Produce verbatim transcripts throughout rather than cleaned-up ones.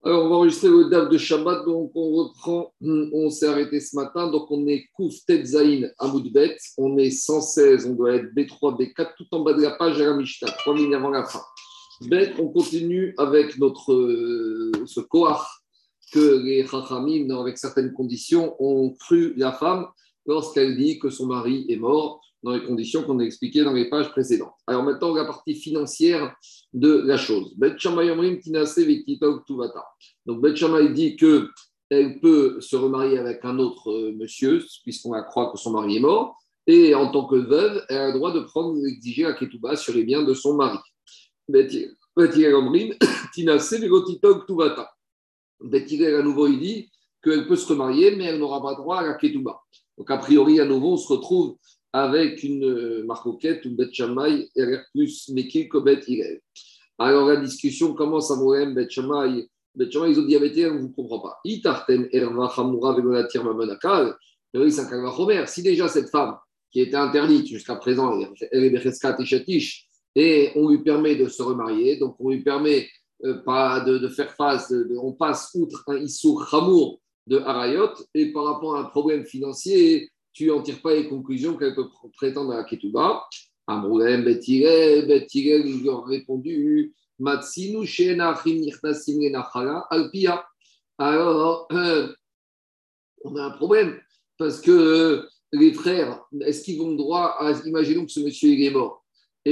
Alors, on va enregistrer le D A F de Shabbat, donc on reprend, on s'est arrêté ce matin, donc on est Kouf Tetzaïn Amoudbet, on est cent seize, on doit être B trois, B quatre, tout en bas de la page à la Mishnah, trois lignes avant la fin. Bet, on continue avec notre, euh, ce Koach que les Chachamim, avec certaines conditions, ont cru la femme lorsqu'elle dit que son mari est mort, dans les conditions qu'on a expliquées dans les pages précédentes. Alors maintenant, la partie financière de la chose. Bet Shammai Omrim Tinase Vekita Uktuvata. Donc Bet Shammai dit qu'elle peut se remarier avec un autre euh, monsieur, puisqu'on la croit que son mari est mort, et en tant que veuve, elle a le droit de prendre, d'exiger la Ketouba sur les biens de son mari. Bet Hillel Omrim Tinase Vekita Uktuvata. Bet Hillel, à nouveau, il dit qu'elle peut se remarier, mais elle n'aura pas droit à la Ketouba. Donc a priori, à nouveau, on se retrouve avec une marcoquette où Bet Shammai a l'air plus méquille que Bet Hillel. Alors la discussion commence à Mohem, Bet Shammai. Bet Shammai, ils ont dit avec on ne vous comprend pas. Itartem erva chamura vegonatir mamonakal. C'est un kalvachomer. Si déjà cette femme qui était interdite jusqu'à présent, elle est becheskat et chatish, et on lui permet de se remarier, donc on lui permet euh, pas de, de faire face, de, de, on passe outre un issour chamour de harayot, et par rapport à un problème financier, tu n'en tires pas les conclusions qu'elle peut prétendre à la ketouba. Amroulem, Betirel, Betirel, ils lui ont répondu Matsinu, Shenachim, Nirtasim, Lenachala, Alpia. Alors, euh, on a un problème parce que euh, les frères, est-ce qu'ils vont droit à. Imaginons que ce monsieur il est mort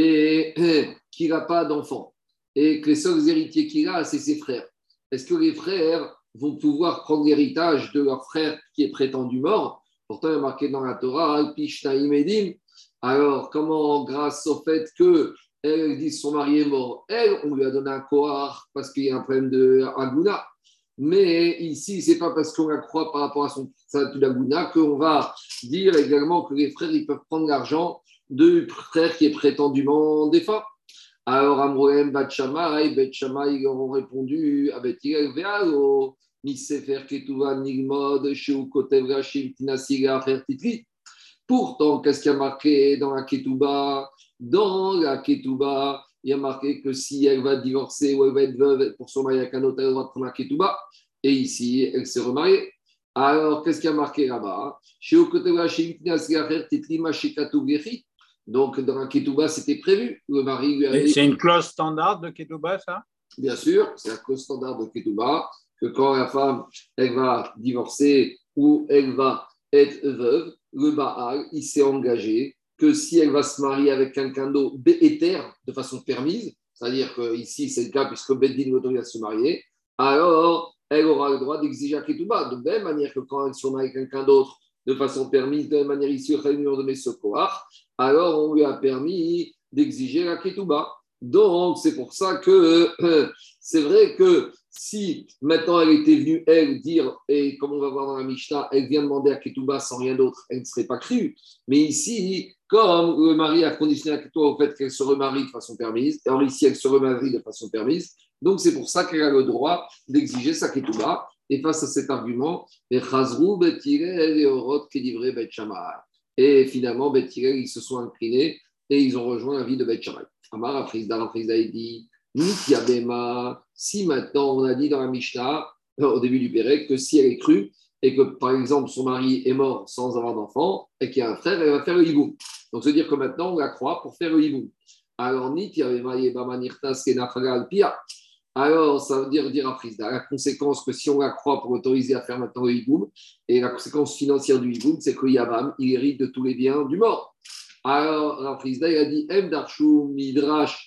et euh, qu'il n'a pas d'enfant et que les seuls héritiers qu'il a, c'est ses frères. Est-ce que les frères vont pouvoir prendre l'héritage de leur frère qui est prétendu mort? Pourtant, il est marqué dans la Torah, Alpishna Imedim. Alors, comment, grâce au fait qu'elle dit que son mari est mort, elle, on lui a donné un kohar parce qu'il y a un problème de Aguna. Mais ici, ce n'est pas parce qu'on la croit par rapport à son statut d'Aguna qu'on va dire également que les frères ils peuvent prendre l'argent du frère qui est prétendument défunt. Alors, Amroem, Bat Shammai, Bet Shammai, ils leur ont répondu avec Tirel Vealo. Misefer Ketuva Nigmod, Sheu Kotev Rashim Tinasiga Frère Titli. Pourtant, qu'est-ce qu'il y a marqué dans la Ketouba? Dans la Ketouba, il y a marqué que si elle va divorcer ou elle va être veuve pour se marier avec un autre, elle va prendre la Ketouba. Et ici, elle s'est remariée. Alors, qu'est-ce qu'il y a marqué là-bas? Sheu Kotev Rashim Tinasiga Frère Titli Mashikatu Gechi. Donc, dans la Ketouba, c'était prévu. Le mari lui avait. C'est une clause standard de Ketouba, ça? Bien sûr, c'est la clause standard de Ketouba. Que quand la femme, elle va divorcer ou elle va être veuve, le Baal, il s'est engagé que si elle va se marier avec quelqu'un d'autre, béhéter, de façon permise, c'est-à-dire qu'ici c'est le cas puisque Beddin l'autorise à se marier, alors elle aura le droit d'exiger la Ketouba. De même manière que quand elle se marie avec quelqu'un d'autre de façon permise, de la même manière ici, elle lui a donné ce koach, alors on lui a permis d'exiger la Ketouba. Donc, c'est pour ça que euh, c'est vrai que si maintenant elle était venue, elle, dire, et comme on va voir dans la Mishnah, elle vient demander à Ketouba sans rien d'autre, elle ne serait pas crue. Mais ici, comme le mari a conditionné la Ketouba au fait qu'elle se remarie de façon permise, et alors ici, elle se remarie de façon permise, donc c'est pour ça qu'elle a le droit d'exiger sa Ketouba. Et face à cet argument, les Chazrou, Bet Hillel et Orot, qui livraient Bet Shammai. Et finalement, Bet Hillel, ils se sont inclinés et ils ont rejoint la vie de Bet Shammai. Amar Afrizda, Afrizda, il dit Nitiabema, si maintenant on a dit dans la Mishnah, au début du Pérec, que si elle est crue et que par exemple son mari est mort sans avoir d'enfant et qu'il y a un frère, elle va faire le hiboum. Donc, c'est-à-dire que maintenant on la croit pour faire le hiboum. Alors, Nitiabema, Yebama, Nirtas, Kenachagal, Pia. Alors, ça veut dire, dire à Frisda, la conséquence que si on la croit pour autoriser à faire maintenant le hiboum, et la conséquence financière du hiboum, c'est que Yabam, il hérite de tous les biens du mort. Alors, la Frisda, il a dit M. Darshu Midrash,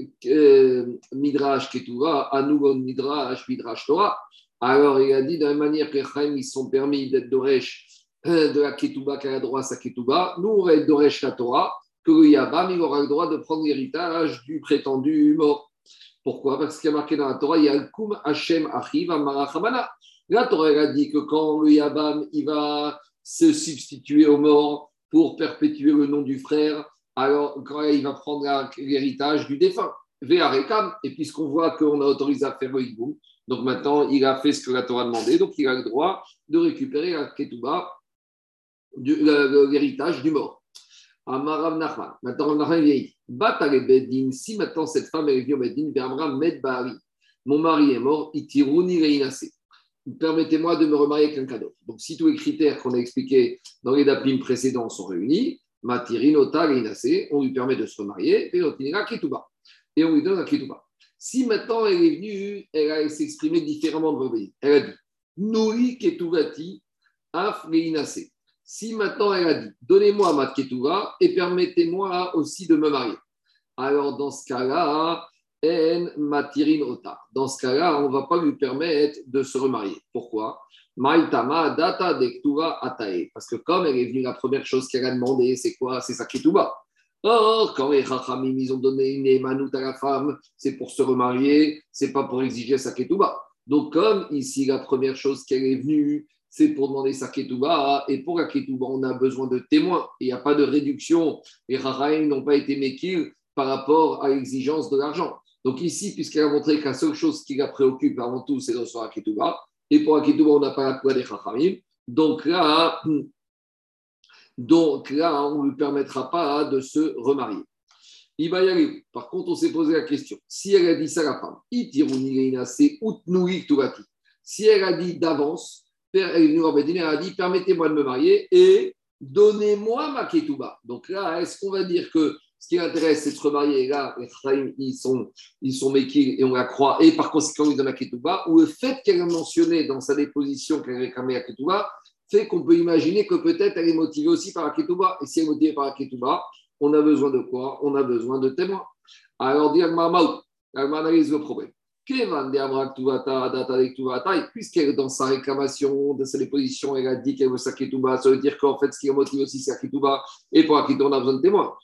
euh, Midrash Ketouva, Anugon Midrash, Midrash Torah. Alors, il a dit de la même manière que les Chaim, ils sont permis d'être Doresh de la Ketouba, qu'elle a droit à sa Ketouba. Nous, on va être Doresh la Torah, que le Yabam, il aura le droit de prendre l'héritage du prétendu mort. Pourquoi? Parce qu'il y a marqué dans la Torah, il y a le Kum Hashem Achiv Amarachamana. La Torah elle a dit que quand le Yabam il va se substituer au mort pour perpétuer le nom du frère, alors quand il va prendre l'héritage du défunt. Ve'arekam, et puisqu'on voit qu'on a autorisé à faire le hiboum, donc maintenant il a fait ce que la Torah a demandé, donc il a le droit de récupérer la ketouba, du, l'héritage du mort. Amarav Nachman. Maintenant, Rav Nachman vieillit. Batale Beddin, si maintenant cette femme est venue au Beddin, Be'amra Med Bari. mon mari est mort, itiruni reinase. Permettez-moi de me remarier avec quelqu'un d'autre. Donc, si tous les critères qu'on a expliqués dans les dapim précédents sont réunis, matirinota reinase, on lui permet de se remarier, et otinira kituba. Et on lui donne la kituba. Si maintenant elle est venue, elle a s'exprimé différemment de Robéi. Elle a dit Nouri ketuvati af reinase. Si maintenant elle a dit donnez-moi ma ketuva et permettez-moi aussi de me marier. Alors, dans ce cas-là, en matirin ota. Dans ce cas-là, on ne va pas lui permettre de se remarier. Pourquoi? Maïtama data dektuva atae. Parce que comme elle est venue, la première chose qu'elle a demandé, c'est quoi? C'est sa ketuva. Or, quand les Chachamim, ils ont donné une émanoute à la femme, c'est pour se remarier, c'est pas pour exiger sa ketuba. Donc, comme ici, la première chose qu'elle est venue, c'est pour demander sa ketuba, et pour la ketuba, on a besoin de témoins. Il n'y a pas de réduction. Les Chachamim n'ont pas été méquils par rapport à l'exigence de l'argent. Donc, ici, puisqu'elle a montré que la seule chose qui la préoccupe avant tout, c'est de recevoir la ketuba, et pour la ketuba, on n'a pas la loi des Chachamim. Donc là, Donc là, on ne lui permettra pas de se remarier. Il va y aller. Par contre, on s'est posé la question. Si elle a dit ça à la femme, si elle a dit d'avance, elle est venue en Bédine, elle a dit permettez-moi de me marier et donnez-moi ma ketouba. Donc là, est-ce qu'on va dire que ce qui l'intéresse, c'est de se remarier? Et là, les Chaim, ils sont, ils sont méquils et on la croit. Et par conséquent, ils donnent la ketouba. Ou le fait qu'elle a mentionné dans sa déposition qu'elle réclamait la ketouba, fait qu'on peut imaginer que peut-être elle est motivée aussi par la ketouba. Et si elle est motivée par la ketouba, on a besoin de quoi? On a besoin de témoins. Alors, dit Agmar, Agmar analyse le problème. Puisqu'elle, dans sa réclamation, dans sa déposition, elle a dit qu'elle veut sa ketouba, ça veut dire qu'en fait, ce qui est motivé aussi, c'est la ketouba. Et pour la ketouba, on a besoin de témoins.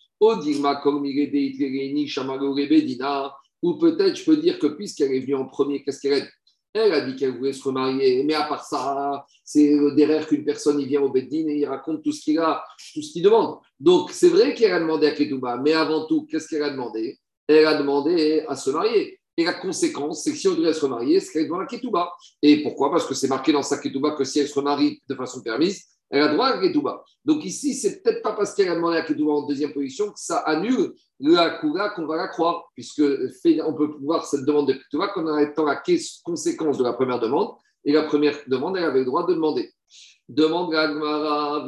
Ou peut-être, je peux dire que puisqu'elle est venue en premier, qu'est-ce qu'elle a dit? Elle a dit qu'elle voulait se remarier, mais à part ça, c'est derrière qu'une personne il vient au Beddin et il raconte tout ce qu'il a, tout ce qu'il demande. Donc, c'est vrai qu'elle a demandé à Ketouba, mais avant tout, qu'est-ce qu'elle a demandé? Elle a demandé à se marier. Et la conséquence, c'est que si on devrait se remarier, c'est qu'elle est devant la Ketouba. Et pourquoi? Parce que c'est marqué dans sa Ketouba que si elle se remarie de façon permise, elle a droit à la Ketouba. Donc ici, c'est peut-être pas parce qu'elle a demandé à Ketouba en deuxième position que ça annule la Koula qu'on va la croire, puisque on peut voir cette demande de Ketouba comme étant la conséquence de la première demande. Et la première demande, elle avait le droit de demander. Demande à Agmara,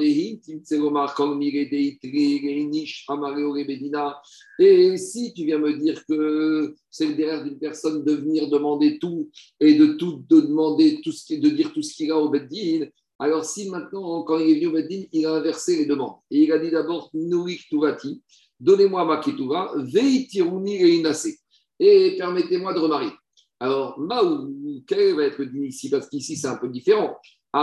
et si tu viens me dire que c'est le derrière d'une personne de venir demander tout et de tout de demander tout ce qui, de dire tout ce qu'il a au Beddin, alors si maintenant, quand il est venu au Beddin, il a inversé les demandes. Et il a dit d'abord, Nourik Tuvati, donnez-moi ma Ketuva, Veitiruni Reinase, et permettez-moi de remarier. Alors, Maou, quel va être le din ici? Parce qu'ici, c'est un peu différent.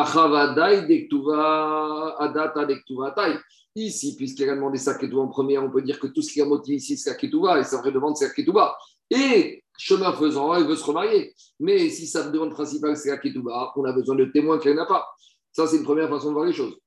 Ici, puisqu'elle a demandé sa Ketuva en premier, on peut dire que tout ce qui a motivé ici, c'est la Ketuva, et sa vraie demande, c'est la Ketuva. Et chemin faisant, elle veut se remarier. Mais si sa demande principale, c'est la Ketuba, on a besoin de témoins qu'elle n'a pas. Ça, c'est une première façon de voir les choses.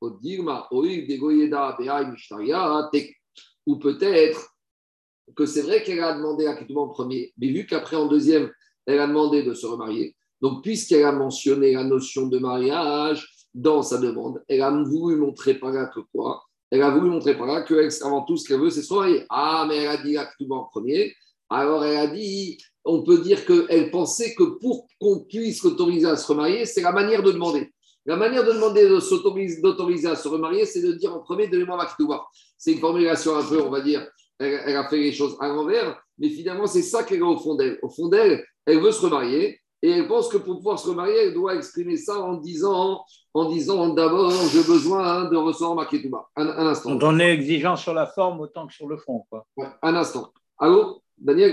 Ou peut-être que c'est vrai qu'elle a demandé la Ketuba en premier, mais vu qu'après, en deuxième, elle a demandé de se remarier. Donc, puisqu'elle a mentionné la notion de mariage dans sa demande, elle a voulu montrer par là que quoi? Elle a voulu montrer par là qu'avant tout, ce qu'elle veut, c'est se remarier. Ah, mais elle a dit la Ketuba en premier. Alors, elle a dit, on peut dire qu'elle pensait que pour qu'on puisse l'autoriser à se remarier, c'est la manière de demander. La manière de demander de s'autoriser, d'autoriser à se remarier, c'est de dire en premier, donnez-moi ma ketouba. C'est une formulation un peu, on va dire, elle, elle a fait les choses à l'envers, mais finalement, c'est ça qu'elle a au fond d'elle. Au fond d'elle, elle veut se remarier et elle pense que pour pouvoir se remarier, elle doit exprimer ça en disant, en disant d'abord, j'ai besoin de recevoir ma ketouba. Un, un instant. Donc, on est exigeant sur la forme autant que sur le fond, quoi. Ouais, un instant. Allô, Daniel?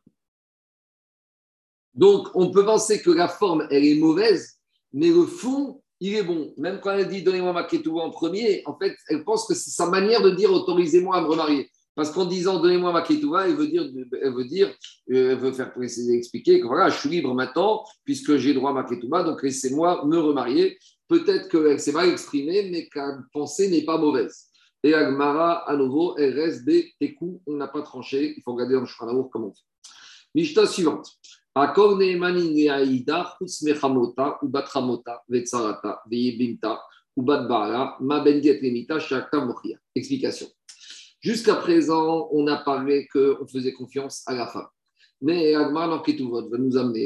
Donc, on peut penser que la forme, elle est mauvaise, mais le fond, il est bon. Même quand elle dit « donnez-moi ma ketouba en premier », en fait, elle pense que c'est sa manière de dire « autorisez-moi à me remarier ». Parce qu'en disant « donnez-moi ma ketouba », elle veut dire, elle veut, dire euh, elle veut faire préciser, expliquer que voilà, je suis libre maintenant, puisque j'ai droit à ma ketouba, donc laissez-moi me remarier. Peut-être qu'elle s'est mal exprimée, mais qu'elle pensée n'est pas mauvaise. Et Agmara, à nouveau, elle reste des écouts, on n'a pas tranché, il faut regarder dans le Shulchan Aruch comment on fait. Mishnah suivante. Akor ne'emanin le'aïda, chutz mechamota, ou batramota, vetsarata, ve'yebimta, ou batbara, ma ben get lemita, shakta mochia. Explication. Jusqu'à présent, on a parlé qu'on faisait confiance à la femme. Mais Agmar, dans Ketuvot, va nous amener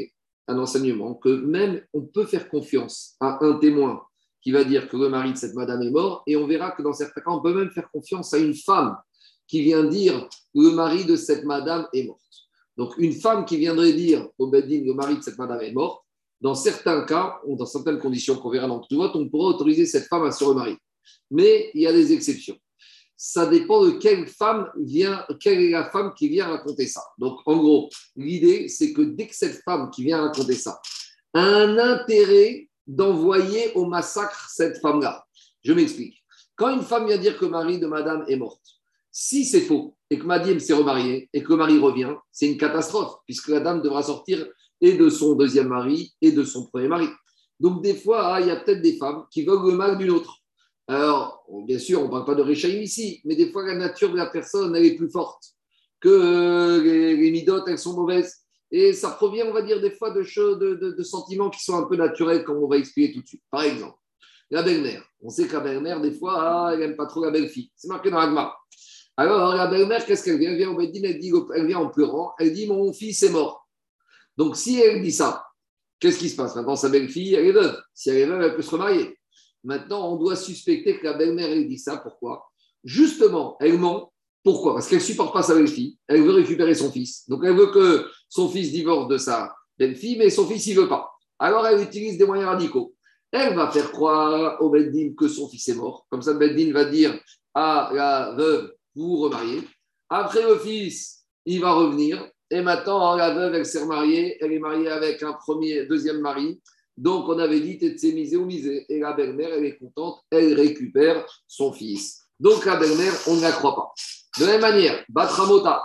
un enseignement que même on peut faire confiance à un témoin qui va dire que le mari de cette madame est mort, et on verra que dans certains cas, on peut même faire confiance à une femme qui vient dire que le mari de cette madame est morte. Donc, une femme qui viendrait dire au Beddin le mari de cette madame est morte, dans certains cas, ou dans certaines conditions qu'on verra dans tout vote, on pourra autoriser cette femme à se remarier. Mais il y a des exceptions. Ça dépend de quelle femme vient, quelle est la femme qui vient raconter ça. Donc, en gros, l'idée, c'est que dès que cette femme qui vient raconter ça a un intérêt d'envoyer au massacre cette femme-là. Je m'explique. Quand une femme vient dire que le mari de madame est morte, si c'est faux et que madame s'est remariée et que le mari revient, c'est une catastrophe puisque la dame devra sortir et de son deuxième mari et de son premier mari. Donc, des fois, ah, il y a peut-être des femmes qui veulent le mal d'une autre. Alors, bien sûr, on ne parle pas de Réchaïm ici, mais des fois, la nature de la personne, elle est plus forte que euh, les, les midotes, elles sont mauvaises. Et ça provient, on va dire, des fois de, choses, de, de, de sentiments qui sont un peu naturels, comme on va expliquer tout de suite. Par exemple, la belle-mère. On sait que la belle-mère, des fois, ah, elle n'aime pas trop la belle-fille. C'est marqué dans l'Agma. Alors, la belle-mère, qu'est-ce qu'elle vient Elle vient au Beddin, elle, dit, elle vient en pleurant, elle dit « Mon fils est mort ». Donc, si elle dit ça, qu'est-ce qui se passe? Maintenant, sa belle-fille, elle est veuve. Si elle est veuve, elle peut se remarier. Maintenant, on doit suspecter que la belle-mère, elle dit ça. Pourquoi? Justement, elle ment. Pourquoi? Parce qu'elle ne supporte pas sa belle-fille. Elle veut récupérer son fils. Donc, elle veut que son fils divorce de sa belle-fille, mais son fils, il ne veut pas. Alors, elle utilise des moyens radicaux. Elle va faire croire au Beddin que son fils est mort. Comme ça, le Beddin va dire à la veuve, vous vous remariez. Après, le fils, il va revenir. Et maintenant, la veuve, elle s'est remariée. Elle est mariée avec un premier, deuxième mari. Donc, on avait dit, t'es misé ou misé. Et la belle-mère, elle est contente. Elle récupère son fils. Donc, la belle-mère, on ne la croit pas. De la même manière, Batramota,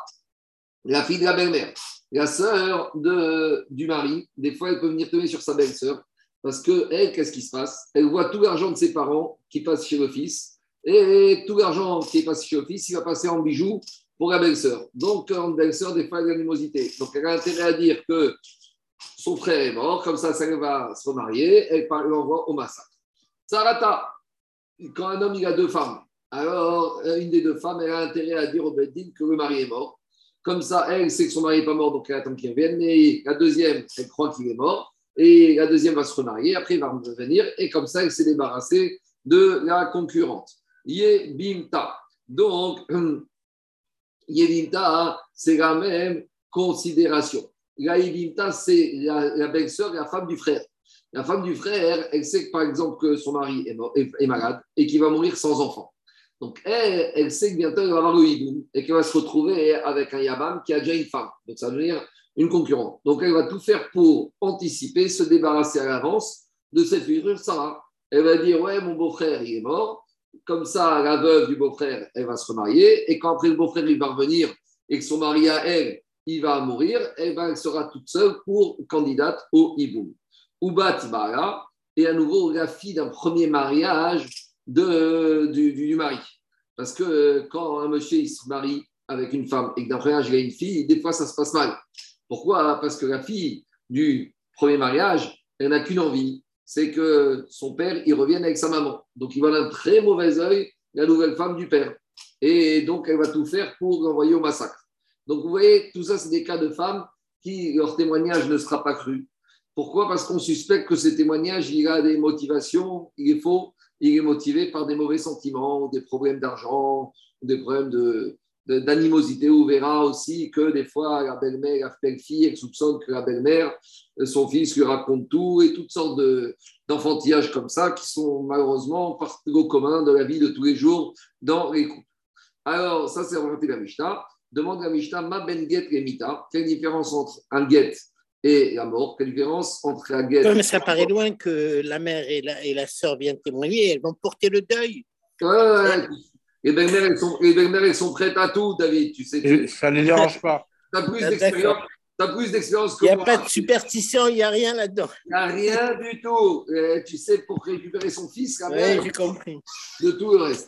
la fille de la belle-mère, la sœur de, du mari, des fois, elle peut venir tomber sur sa belle-sœur. Parce qu'elle, qu'est-ce qui se passe? Elle voit tout l'argent de ses parents qui passe chez le fils. Et tout l'argent qui est passé chez le fils, il va passer en bijoux pour la belle-sœur. Donc, en belle-sœur, des fois, il y a de l'animosité. Donc, elle a intérêt à dire que son frère est mort, comme ça, ça va se remarier, elle l'envoie au massacre. Sarata, quand un homme il a deux femmes, alors une des deux femmes, elle a intérêt à dire au Beddin que le mari est mort. Comme ça, elle sait que son mari n'est pas mort, donc elle attend qu'il revienne. Mais la deuxième, elle croit qu'il est mort. Et la deuxième va se remarier, après il va revenir. Et comme ça, elle s'est débarrassée de la concurrente. Yebimta. Donc, Yebimta, c'est la même considération. La Yebimta, c'est la, la belle-sœur, la femme du frère. La femme du frère, elle sait que, par exemple, que son mari est, mort, est, est malade et qu'il va mourir sans enfant. Donc, elle, elle sait que bientôt, elle va avoir le hiboum et qu'elle va se retrouver avec un Yabam qui a déjà une femme. Donc, ça veut dire une concurrente. Donc, elle va tout faire pour anticiper, se débarrasser à l'avance de cette future Sarah. Elle va dire, ouais, mon beau-frère, il est mort. Comme ça, la veuve du beau-frère, elle va se remarier. Et quand après le beau-frère, il va revenir et que son mari à elle, il va mourir, elle, va, elle sera toute seule pour candidate au hiboum. Ubat Bala, et à nouveau la fille d'un premier mariage de, du, du, du mari. Parce que quand un monsieur il se marie avec une femme et que d'un premier mariage il a une fille, des fois ça se passe mal. Pourquoi? Parce que la fille du premier mariage, elle n'a qu'une envie, c'est que son père il revienne avec sa maman. Donc il voit d'un très mauvais œil la nouvelle femme du père. Et donc elle va tout faire pour l'envoyer au massacre. Donc vous voyez, tout ça c'est des cas de femmes qui leur témoignage ne sera pas cru. Pourquoi? Parce qu'on suspecte que ces témoignages, il a des motivations, il est faux, il est motivé par des mauvais sentiments, des problèmes d'argent, des problèmes de, de, d'animosité. On verra aussi que des fois, la belle-mère, la belle-fille, elle soupçonne que la belle-mère, son fils lui raconte tout et toutes sortes de, d'enfantillages comme ça qui sont malheureusement partie au commun de la vie de tous les jours dans les couples. Alors, ça, c'est remonté la Mishnah. Demande la Mishnah, ma ben get et mita. Quelle différence entre un get et la mort? Quelle différence entre la guette? Oui, mais ça paraît loin que la mère et la, et la sœur viennent témoigner, elles vont porter le deuil. Ouais, ouais. Les belles-mères, elles sont, les belles-mères, elles sont prêtes à tout, David. Tu sais, tu... Ça ne les dérange pas. Tu as plus Ah, d'expérience, t'as plus d'expérience que moi. Il moi. n'y a pas de superstition, il n'y a rien là-dedans. Il n'y a rien du tout. Euh, tu sais, pour récupérer son fils, la mère, oui, j'ai compris. De tout le reste.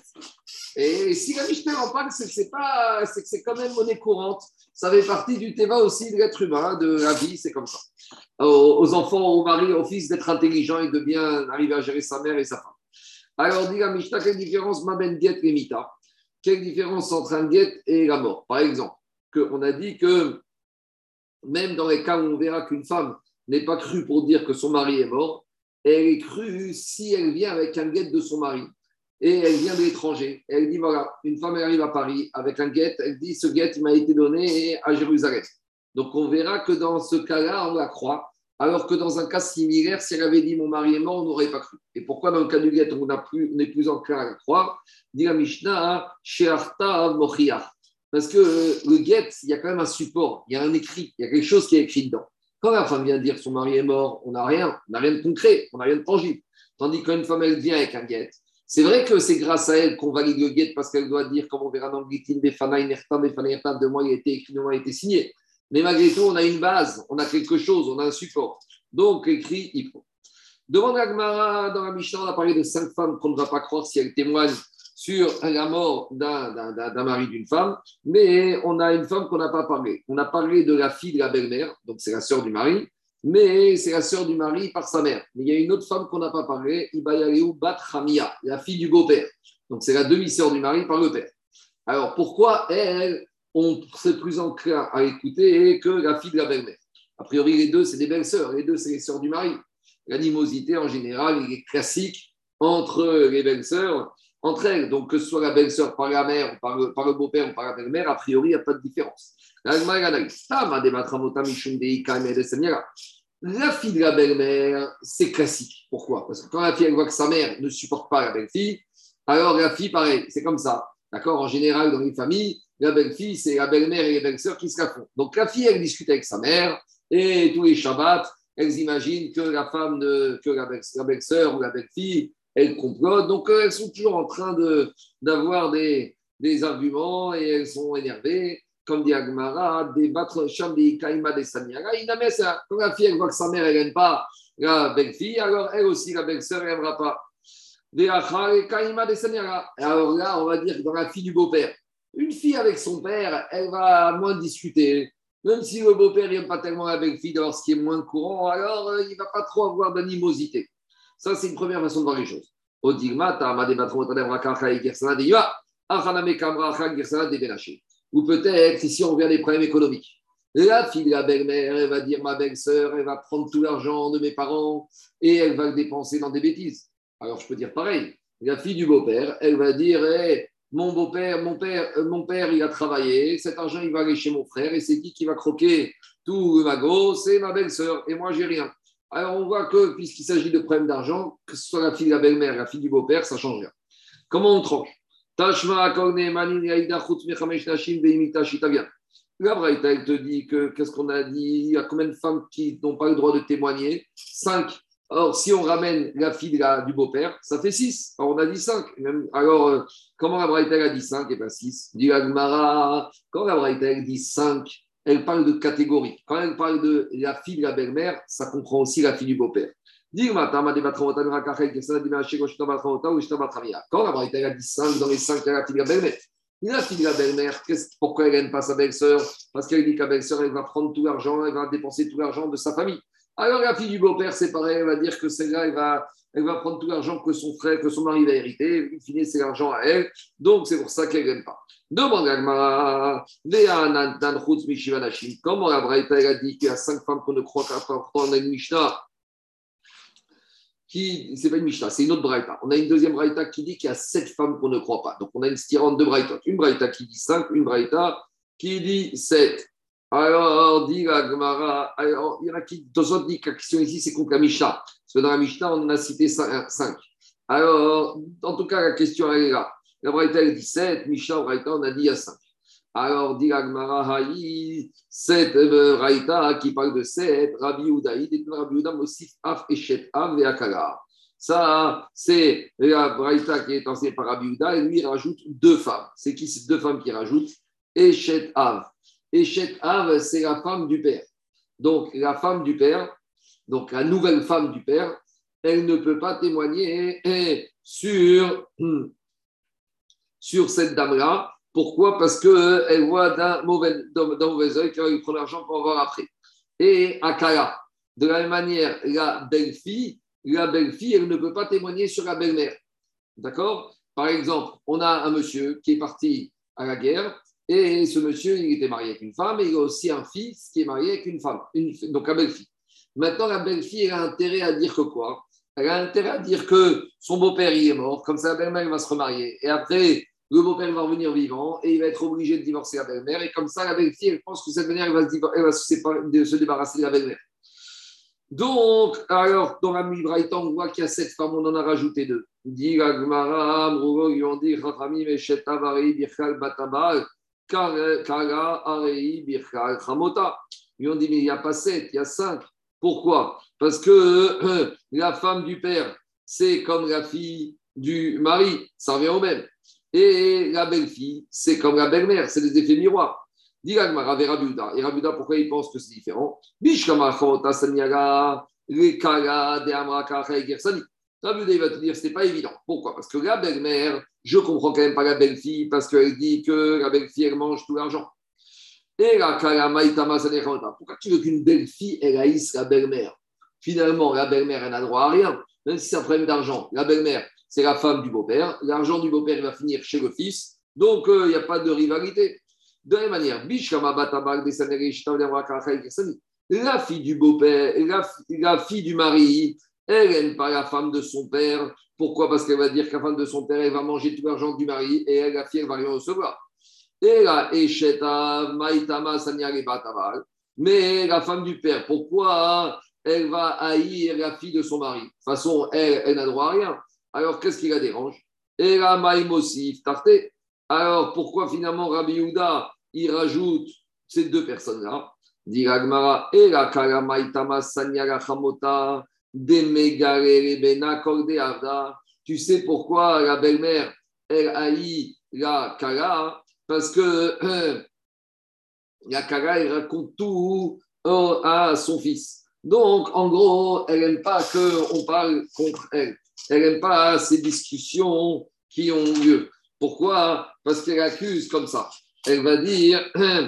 Et si la Mishnah en parle, c'est que c'est pas, c'est que c'est quand même monnaie courante. Ça fait partie du théma aussi de l'être humain, de la vie, c'est comme ça. Aux, aux enfants, aux maris, aux fils d'être intelligents et de bien arriver à gérer sa mère et sa femme. Alors, dit la Mishnah, quelle différence ma ben get et mita? Quelle différence entre un get et la mort? Par exemple, que on a dit que même dans les cas où on verra qu'une femme n'est pas crue pour dire que son mari est mort, elle est crue si elle vient avec un guet de son mari. Et elle vient de l'étranger. Elle dit, voilà, une femme, elle arrive à Paris avec un guet. Elle dit, ce guet, il m'a été donné à Jérusalem. Donc, on verra que dans ce cas-là, on la croit. Alors que dans un cas similaire, si elle avait dit, mon mari est mort, on n'aurait pas cru. Et pourquoi dans le cas du guet, on n'est plus enclin à la croire? Dit la Mishnah, Shearta Mochiach. Parce que le guet, il y a quand même un support, il y a un écrit, il y a quelque chose qui est écrit dedans. Quand la femme vient dire son mari est mort, on n'a rien, on n'a rien de concret, on n'a rien de tangible. Tandis qu'une femme, elle vient avec un guet. C'est vrai que c'est grâce à elle qu'on valide le guet parce qu'elle doit dire, comme on verra dans le Gitin, des Fanaï, Nertam, des Fanaï, de moi, il a été écrit, de moi, il a été signé. Mais malgré tout, on a une base, on a quelque chose, on a un support. Donc, écrit, il faut. Demande à Gmara, dans la Mishnah, on a parlé de cinq femmes qu'on ne va pas croire si elles témoignent sur la mort d'un, d'un, d'un, d'un mari, d'une femme, mais on a une femme qu'on n'a pas parlé. On a parlé de la fille de la belle-mère, donc c'est la sœur du mari, mais c'est la sœur du mari par sa mère. Mais il y a une autre femme qu'on n'a pas parlé, Ibayaleu Bat Hamia, la fille du beau-père. Donc c'est la demi-sœur du mari par le père. Alors pourquoi elle, on serait plus enclin à écouter que la fille de la belle-mère? A priori, les deux, c'est des belles-sœurs, les deux, c'est les sœurs du mari. L'animosité, en général, il est classique entre les belles-sœurs, entre elles. Donc, que ce soit la belle-sœur par la mère, par le, par le beau-père ou par la belle-mère, a priori, il n'y a pas de différence. La fille de la belle-mère, c'est classique. Pourquoi? Parce que quand la fille elle voit que sa mère ne supporte pas la belle-fille, alors la fille, pareil, c'est comme ça. D'accord? En général, dans les familles, la belle-fille, c'est la belle-mère et les belles-sœurs qui se la font. Donc, la fille, elle discute avec sa mère et tous les Shabbats, elles imaginent que la femme, de, que la, belle, la belle-sœur ou la belle-fille, elles complotent. Donc, elles sont toujours en train de, d'avoir des, des arguments et elles sont énervées. Comme dit Agmara, débattre Cham des Kaïma des Samiara. Quand la fille, elle voit que sa mère, elle n'aime pas la belle-fille, alors elle aussi, la belle-sœur, elle n'aimera pas. Alors là, on va dire que dans la fille du beau-père, une fille avec son père, elle va moins discuter. Même si le beau-père n'aime pas tellement la belle-fille, d'ailleurs, ce qui est moins courant, alors euh, il ne va pas trop avoir d'animosité. Ça, c'est une première façon de voir les choses. Ou peut-être, ici, on vient des problèmes économiques. La fille de la belle-mère, elle va dire, ma belle-sœur, elle va prendre tout l'argent de mes parents et elle va le dépenser dans des bêtises. Alors, je peux dire pareil. La fille du beau-père, elle va dire, hey, mon beau-père, mon père, euh, mon père, il a travaillé, cet argent, il va aller chez mon frère, et c'est qui qui va croquer tout le magot? C'est ma belle-sœur, et moi, j'ai rien. Alors, on voit que, puisqu'il s'agit de problèmes d'argent, que ce soit la fille de la belle-mère, la fille du beau-père, ça ne change rien. Comment on tranche? Tashma, Korne, Manin, Yaïda, Chutz, Mechamesh, Nashim, Beimita, Shitavia. La Braïta, elle te dit que, qu'est-ce qu'on a dit? Il y a combien de femmes qui n'ont pas le droit de témoigner? Cinq. Alors, si on ramène la fille de la, du beau-père, ça fait six. Alors, on a dit cinq. Même, alors, euh, comment la Braïta a dit cinq et pas six? Dit Agmara, quand la Braïta dit cinq, elle parle de catégorie. Quand elle parle de la fille de la belle-mère, ça comprend aussi la fille du beau-père. Quand la Braïta a dit cinq, dans les cinq, il y a la fille de la belle-mère. La fille de la belle-mère, pourquoi elle n'aime pas sa belle-sœur? Parce qu'elle dit que la belle-sœur, elle va prendre tout l'argent, elle va dépenser tout l'argent de sa famille. Alors la fille du beau-père, c'est pareil, elle va dire que celle-là, elle va, elle va prendre tout l'argent que son frère, que son mari va hériter. In fine, c'est l'argent à elle. Donc, c'est pour ça qu'elle n'aime pas. Demande à Gmara, comment la Braïta a dit qu'il y a cinq femmes qu'on ne croit qu'à prendre une Mishnah qui, c'est pas une Mishnah, c'est une autre Braïta. On a une deuxième Braïta qui dit qu'il y a sept femmes qu'on ne croit pas. Donc, on a une styrante de Braïta. Une Braïta qui dit cinq, une Braïta qui dit sept. Alors, dit la Gemara, alors, il y en a qui, Tosot dit que la question ici, c'est contre la Mishnah. Parce que dans la Mishnah, on en a cité cinq. Alors, en tout cas, la question, elle est là. La Braïta, elle dit sept, Mishnah, Braïta, on a dit il y a cinq. Alors, dit la Gemara, Haï, sept Braïta qui parle de sept, Rabbi Udaïd, et Rabbi Udaïd, Mosif, Af, Eshet, Av, et Akala. Ça, c'est la Braïta qui est enseignée par Rabbi Udaïd, et lui, il rajoute deux femmes. C'est qui ces deux femmes qui rajoutent? Eshet, Av. Eshet Av, c'est la femme du père. Donc, la femme du père, donc la nouvelle femme du père, elle ne peut pas témoigner sur, sur cette dame-là. Pourquoi? Parce qu'elle voit d'un mauvais, d'un mauvais œil qu'elle prend l'argent pour avoir après. Et Akala, de la même manière, la belle-fille, la belle-fille, elle ne peut pas témoigner sur la belle-mère. D'accord? Par exemple, on a un monsieur qui est parti à la guerre. Et ce monsieur, il était marié avec une femme et il a aussi un fils qui est marié avec une femme, une, donc la belle-fille. Maintenant, la belle-fille, elle a intérêt à dire que quoi? Elle a intérêt à dire que son beau-père, il est mort, comme ça, la belle-mère va se remarier. Et après, le beau-père va revenir vivant et il va être obligé de divorcer la belle-mère. Et comme ça, la belle-fille, elle pense que cette manière, elle va se, elle va se, séparer, de se débarrasser de la belle-mère. Donc, alors, dans la Mibraïta, on voit qu'il y a sept femmes, on en a rajouté deux. Dit la Gemara, Amrougo, ils ont dit, Chachamim, Esheta, Varei, Birchal, Batabal, Kara, Arei, Birchal, Chamota. Ils ont dit, mais il n'y a pas sept, il y a cinq. Pourquoi? Parce que euh, la femme du père, c'est comme la fille du mari, ça revient au même. Et la belle-fille, c'est comme la belle-mère, c'est des effets miroirs. Dis Gagmara vers Rabiuda. Et Rabiuda, pourquoi il pense que c'est différent? Bishkama Chota Sanyaga, les Kala, de Amraka, Gersani. Rabiuda, il va te dire, ce n'est pas évident. Pourquoi? Parce que la belle-mère, je ne comprends quand même pas la belle-fille, parce qu'elle dit que la belle-fille, elle mange tout l'argent. Et la Kala, Maïtama, Sanyaga. Pourquoi tu veux qu'une belle-fille, elle haïsse la belle-mère? Finalement, la belle-mère, elle n'a droit à rien, même si c'est un problème d'argent. La belle-mère, c'est la femme du beau-père. L'argent du beau-père, il va finir chez le fils. Donc, il euh, n'y a pas de rivalité. De la même manière, la fille du beau-père, la, la fille du mari, elle n'aime pas la femme de son père. Pourquoi? Parce qu'elle va dire que la femme de son père, elle va manger tout l'argent du mari et elle, la fille, elle va rien recevoir. Et la Esheta, Maïtama, Sanyare, Bataval. Mais la femme du père, pourquoi elle va haïr la fille de son mari? De toute façon, elle, elle n'a droit à rien. Alors, qu'est-ce qui la dérange? Et la Maïmosif, Tarté. Alors, pourquoi finalement Rabbi Yehuda, il rajoute ces deux personnes-là? Dit Ragmara, et la Karamaitama Sanyara Chamota, Demegare Bena Korde Avda. Tu sais pourquoi la belle-mère, elle haït la Kara? Parce que euh, la Kara, elle raconte tout euh, à son fils. Donc, en gros, elle n'aime pas qu'on parle contre elle. Elle n'aime pas ces discussions qui ont lieu. Pourquoi? Parce qu'elle accuse comme ça. Elle va dire,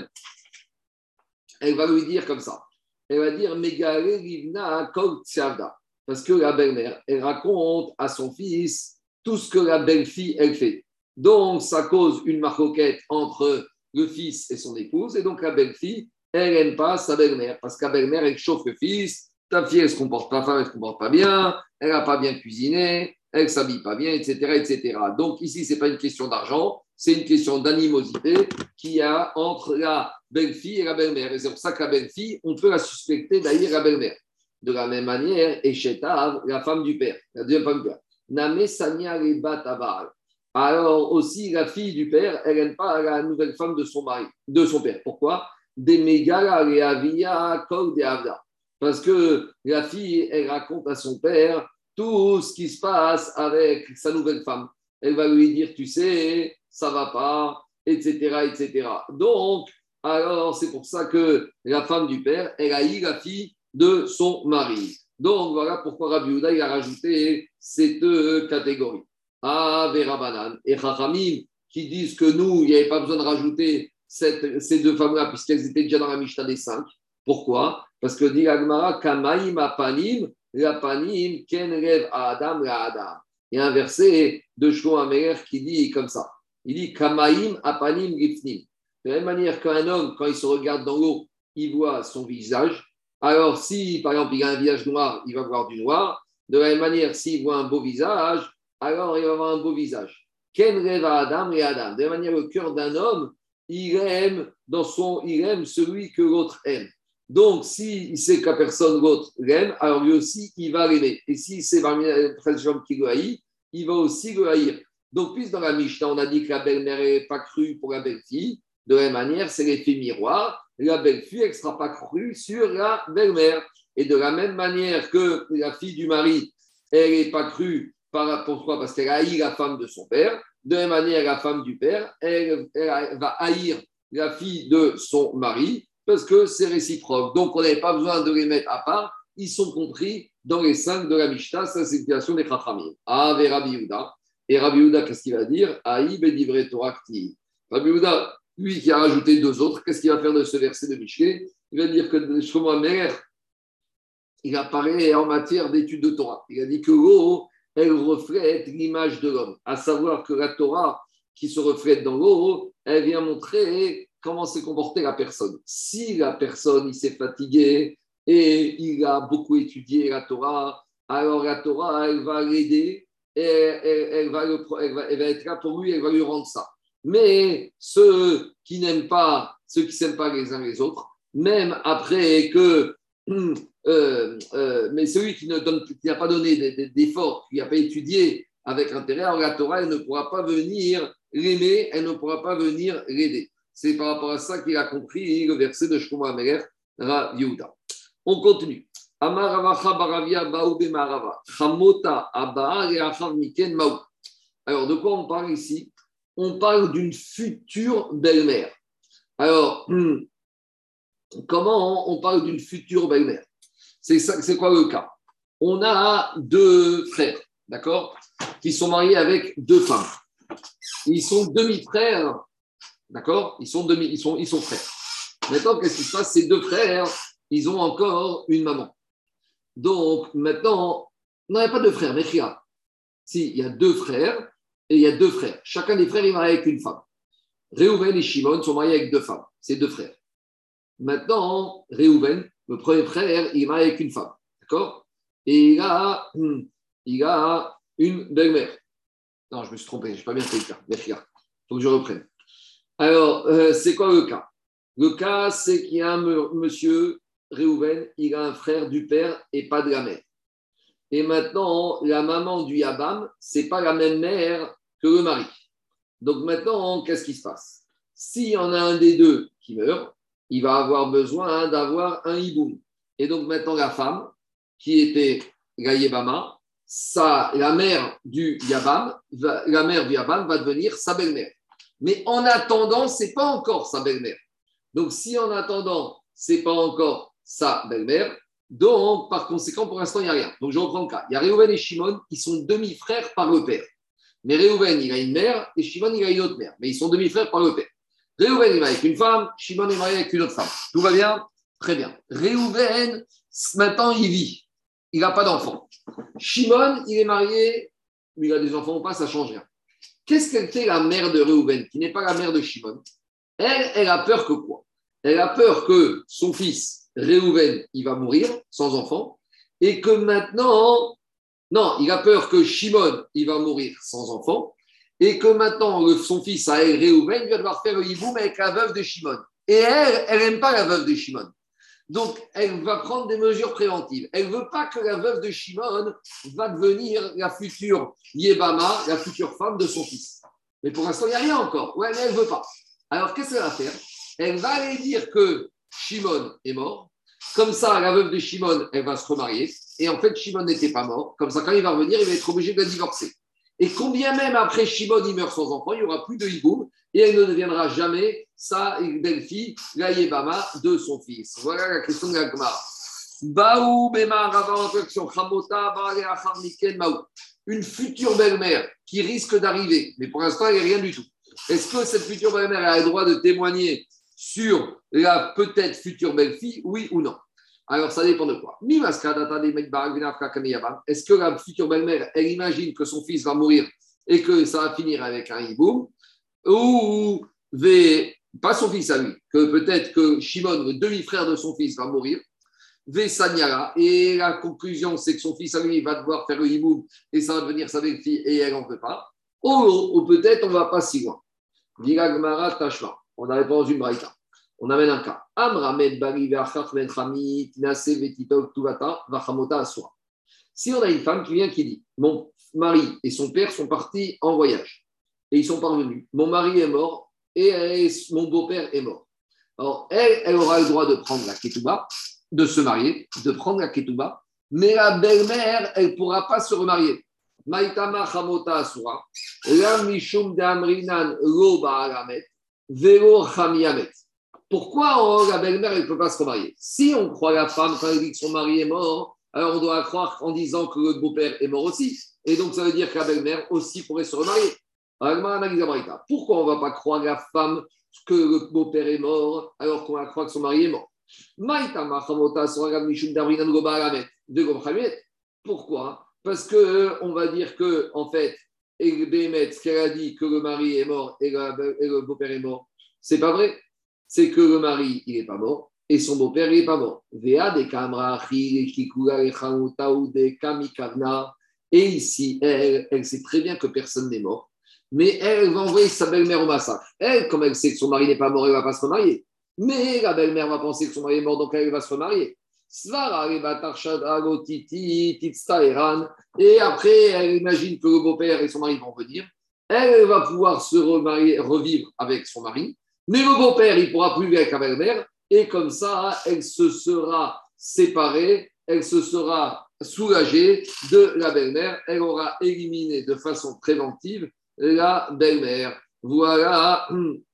elle va lui dire comme ça. Elle va dire, Megare Livna Kol Tsiavda. Parce que la belle-mère, elle raconte à son fils tout ce que la belle-fille, elle fait. Donc, ça cause une marcoquette entre le fils et son épouse. Et donc, la belle-fille, elle n'aime pas sa belle-mère. Parce que la belle-mère, elle chauffe le fils. Ta fille, elle se comporte pas, ta femme, elle se comporte pas bien. Elle n'a pas bien cuisiné. Elle ne s'habille pas bien, et cetera, et cetera. Donc ici, ce n'est pas une question d'argent, c'est une question d'animosité qu'il y a entre la belle-fille et la belle-mère. Et c'est pour ça que la belle-fille, on peut la suspecter d'haïr la belle-mère. De la même manière, Eshetav, la femme du père, la deuxième femme du père. Namesania Reba Tabar. Alors aussi, la fille du père, elle n'aime pas la nouvelle femme de son mari, de son père. Pourquoi? Des Megala Reavia Kol de Avda. Parce que la fille, elle raconte à son père tout ce qui se passe avec sa nouvelle femme. Elle va lui dire, tu sais, ça va pas, et cetera, et cetera. Donc, alors, c'est pour ça que la femme du père, elle haït la fille de son mari. Donc, voilà pourquoi Rabbi Yehuda, il a rajouté ces deux catégories. Ah, Vera Banan et Chachamim, qui disent que nous, il n'y avait pas besoin de rajouter cette, ces deux femmes-là, puisqu'elles étaient déjà dans la Mishnah des cinq. Pourquoi? Parce que dit l'Agmara, Kamaim Apanim, la panim, ken rev à Adam, la Adam. Il y a un verset de Shlomo Améler qui dit comme ça. Il dit Kamaim apanim gifnim. De la même manière qu'un homme, quand il se regarde dans l'eau, il voit son visage. Alors, si par exemple il a un visage noir, il va voir du noir. De la même manière, s'il voit un beau visage, alors il va avoir un beau visage. Ken rev à Adam et Adam. De la même manière, le cœur d'un homme, il aime, dans son, il aime celui que l'autre aime. Donc, s'il si sait que la personne, l'autre, l'aime, alors lui aussi, il va l'aimer. Et si c'est parmi les treize hommes qui le haït, il va aussi le haïr. Donc, puisque dans la Mishnah, on a dit que la belle-mère n'est pas crue pour la belle-fille, de la même manière, c'est l'effet miroir. La belle-fille, elle ne sera pas crue sur la belle-mère. Et de la même manière que la fille du mari, elle n'est pas crue, par, pourquoi? Parce qu'elle haït la femme de son père. De la même manière, la femme du père, elle, elle va haïr la fille de son mari, parce que c'est réciproque. Donc, on n'avait pas besoin de les mettre à part. Ils sont compris dans les cinq de la Mishnah. Ça, c'est l'explication des Chachamim. Ah, avec Rabbi Yehuda. Et Rabbi Yehuda, qu'est-ce qu'il va dire? Aïb et divrei Torah kti. Rabbi Yehuda, lui qui a rajouté deux autres, qu'est-ce qu'il va faire de ce verset de Michelet? Il va dire que Shlomo Améler, il apparaît en matière d'étude de Torah. Il a dit que l'eau, elle reflète l'image de l'homme. À savoir que la Torah qui se reflète dans l'eau, elle vient montrer comment s'est comportée la personne. Si la personne, il s'est fatigué, et il a beaucoup étudié la Torah, alors la Torah, elle va l'aider et elle, elle, va le, elle, va, elle va être là pour lui, elle va lui rendre ça. Mais ceux qui n'aiment pas, ceux qui ne s'aiment pas les uns les autres, même après que, euh, euh, mais celui qui ne donne, qui n'a pas donné d'effort, qui n'a pas étudié avec intérêt, alors la Torah, elle ne pourra pas venir l'aimer, elle ne pourra pas venir l'aider. C'est par rapport à ça qu'il a compris le verset de Shlomo HaMelech, Rav Yehuda. On continue. Alors, de quoi on parle ici? On parle d'une future belle-mère. Alors, comment on parle d'une future belle-mère? C'est, ça, c'est quoi le cas? On a deux frères, d'accord, qui sont mariés avec deux femmes. Ils sont demi-frères, d'accord? Ils sont, demi, ils, sont, ils sont frères. Maintenant, qu'est-ce qui se passe? Ces deux frères, ils ont encore une maman. Donc, maintenant, non, il n'y a pas de frères, mais regarde. Si, il y a deux frères et il y a deux frères. Chacun des frères est marié avec une femme. Réhouven et Shimon sont mariés avec deux femmes. C'est deux frères. Maintenant, Réhouven, le premier frère, il est marié avec une femme. D'accord? Et il a, il a une belle-mère. Non, je me suis trompé, je n'ai pas bien fait le cas. Mais regarde, il faut que je reprenne. Alors, euh, c'est quoi le cas? Le cas, c'est qu'il y a un monsieur, Réhouven, il a un frère du père et pas de la mère. Et maintenant, la maman du Yabam, ce n'est pas la même mère que le mari. Donc maintenant, qu'est-ce qui se passe? S'il y en a un des deux qui meurt, il va avoir besoin d'avoir un hiboum. Et donc maintenant, la femme, qui était la Yébama, ça, la mère du Yabam, va, la mère du Yabam va devenir sa belle-mère. Mais en attendant, ce n'est pas encore sa belle-mère. Donc si en attendant, ce n'est pas encore sa belle-mère, donc par conséquent, pour l'instant, il n'y a rien. Donc je reprends le cas. Il y a Réhouven et Shimon qui sont demi-frères par le père. Mais Réhouven, il a une mère et Shimon, il a une autre mère. Mais ils sont demi-frères par le père. Réhouven, il est marié avec une femme, Shimon est marié avec une autre femme. Tout va bien? Très bien. Réhouven, maintenant, il vit. Il n'a pas d'enfant. Shimon, il est marié, mais il a des enfants ou pas, ça ne change rien. Qu'est-ce qu'elle fait, la mère de Réhouven, qui n'est pas la mère de Shimon? Elle, elle a peur que quoi? Elle a peur que son fils, Réhouven, il va mourir sans enfant et que maintenant, non, il a peur que Shimon, il va mourir sans enfant et que maintenant, le, son fils, à elle, Réhouven, il va devoir faire le hiboum avec la veuve de Shimon. Et elle, elle n'aime pas la veuve de Shimon. Donc, elle va prendre des mesures préventives. Elle ne veut pas que la veuve de Shimon va devenir la future Yébama, la future femme de son fils. Mais pour l'instant, il n'y a rien encore. Ouais, mais elle ne veut pas. Alors, qu'est-ce qu'elle va faire? Elle va aller dire que Shimon est mort. Comme ça, la veuve de Shimon, elle va se remarier. Et en fait, Shimon n'était pas mort. Comme ça, quand il va revenir, il va être obligé de la divorcer. Et combien même après Shimon, il meurt sans enfant, il n'y aura plus de hiboum. Et elle ne deviendra jamais sa belle-fille, la Yébama de son fils. Voilà la question de la Gemara. Baou Bema Rava, Chamota, Maou. Une future belle-mère qui risque d'arriver, mais pour l'instant, elle n'est rien du tout. Est-ce que cette future belle-mère a le droit de témoigner sur la peut-être future belle-fille, oui ou non? Alors, ça dépend de quoi. Est-ce que la future belle-mère, elle imagine que son fils va mourir et que ça va finir avec un hiboum? Ou, pas son fils à lui, que peut-être que Shimon, le demi-frère de son fils, va mourir. Sanyara, et la conclusion, c'est que son fils à lui va devoir faire le hiboum et ça va devenir sa belle-fille et elle n'en peut pas. Ou, ou peut-être on ne va pas si loin. Diragmara Tashma. On a répondu dans une braïta. On amène un cas. Si on a une femme qui vient qui dit mon mari et son père sont partis en voyage et ils sont parvenus. Mon mari est mort et mon beau-père est mort. Alors, elle, elle aura le droit de prendre la ketouba, de se marier, de prendre la ketouba, mais la belle-mère, elle ne pourra pas se remarier. Maïtama Chamota Asura, la Mishum de Amrinan Lo Baalamet, Velo Chamiamet. Pourquoi oh, la belle-mère elle ne peut pas se remarier? Si on croit la femme quand elle dit que son mari est mort, alors on doit croire en disant que le beau-père est mort aussi. Et donc ça veut dire que la belle-mère aussi pourrait se remarier. Pourquoi on ne va pas croire la femme que le beau-père est mort alors qu'on va croire que son mari est mort? Pourquoi? Parce qu'on va dire que, en fait, ce qu'elle a dit que le mari est mort et le beau-père est mort, c'est pas vrai. C'est que le mari, il n'est pas mort. et son beau-père n'est pas mort. Vea de kamrachi, kikula, lechanouta ou de kamikavna. Et ici, elle, elle sait très bien que personne n'est mort, mais elle va envoyer sa belle-mère au massacre. Elle, comme elle sait que son mari n'est pas mort, elle ne va pas se remarier. Mais la belle-mère va penser que son mari est mort, donc elle va se remarier. Et après, elle imagine que le beau-père et son mari vont venir. Elle va pouvoir se remarier, revivre avec son mari, mais le beau-père, il ne pourra plus vivre avec la belle-mère. Et comme ça, elle se sera séparée, elle se sera soulagée de la belle-mère. Elle aura éliminé de façon préventive la belle-mère. Voilà.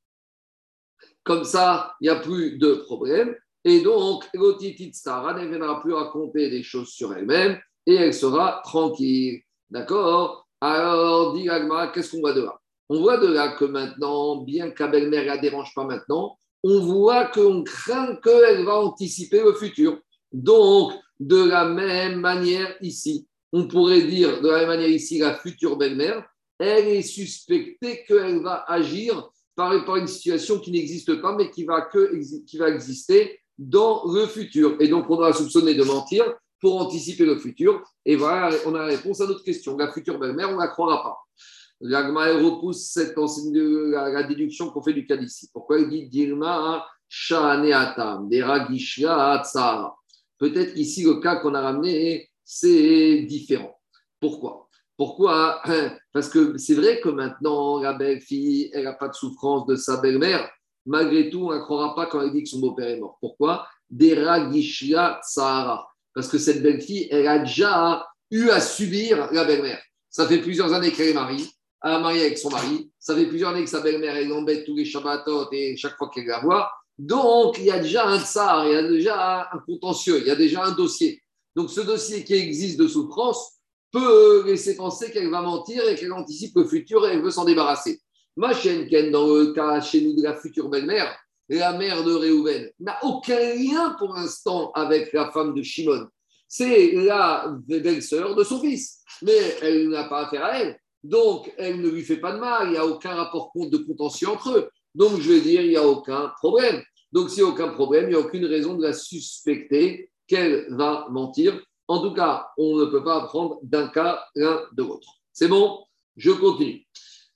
Comme ça, il n'y a plus de problème. Et donc, l'otitite Stara ne viendra plus raconter des choses sur elle-même et elle sera tranquille. D'accord? Alors, dit Agma, qu'est-ce qu'on voit de là? On voit de là que maintenant, bien que la belle-mère ne la dérange pas maintenant, on voit qu'on craint qu'elle va anticiper le futur. Donc, de la même manière ici, on pourrait dire de la même manière ici, la future belle-mère, elle est suspectée qu'elle va agir par rapport à une situation qui n'existe pas, mais qui va, que, qui va exister dans le futur. Et donc, on doit soupçonner de mentir pour anticiper le futur. Et voilà, on a la réponse à notre question. La future belle-mère, on ne la croira pas. L'Agma repousse cette la, la déduction qu'on fait du cas d'ici. Pourquoi il dit Dilma Shaneatam, Deragishla Tsara. Peut-être qu'ici, le cas qu'on a ramené, c'est différent. Pourquoi? Pourquoi? Parce que c'est vrai que maintenant, la belle-fille, elle n'a pas de souffrance de sa belle-mère. Malgré tout, on ne croira pas quand elle dit que son beau-père est mort. Pourquoi? Deragishla Tsara. Parce que cette belle-fille, elle a déjà eu à subir la belle-mère. Ça fait plusieurs années qu'elle est mariée. Elle a marié avec son mari. Ça fait plusieurs années que sa belle-mère, elle l'embête tous les Shabbatot et chaque fois qu'elle la voit. Donc, il y a déjà un tsar, il y a déjà un contentieux, il y a déjà un dossier. Donc, ce dossier qui existe de souffrance peut laisser penser qu'elle va mentir et qu'elle anticipe le futur et elle veut s'en débarrasser. Ma chienne Ken, dans le cas chez nous de la future belle-mère, la mère de Réhouven, n'a aucun lien pour l'instant avec la femme de Shimon. C'est la belle-sœur de son fils, mais elle n'a pas affaire à elle. Donc, elle ne lui fait pas de mal, il n'y a aucun rapport de contentieux entre eux. Donc, je vais dire, il n'y a aucun problème. Donc, s'il n'y a aucun problème, il n'y a aucune raison de la suspecter qu'elle va mentir. En tout cas, on ne peut pas apprendre d'un cas l'un de l'autre. C'est bon? Je continue.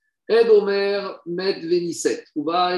Ed Omer met Vénisset. On a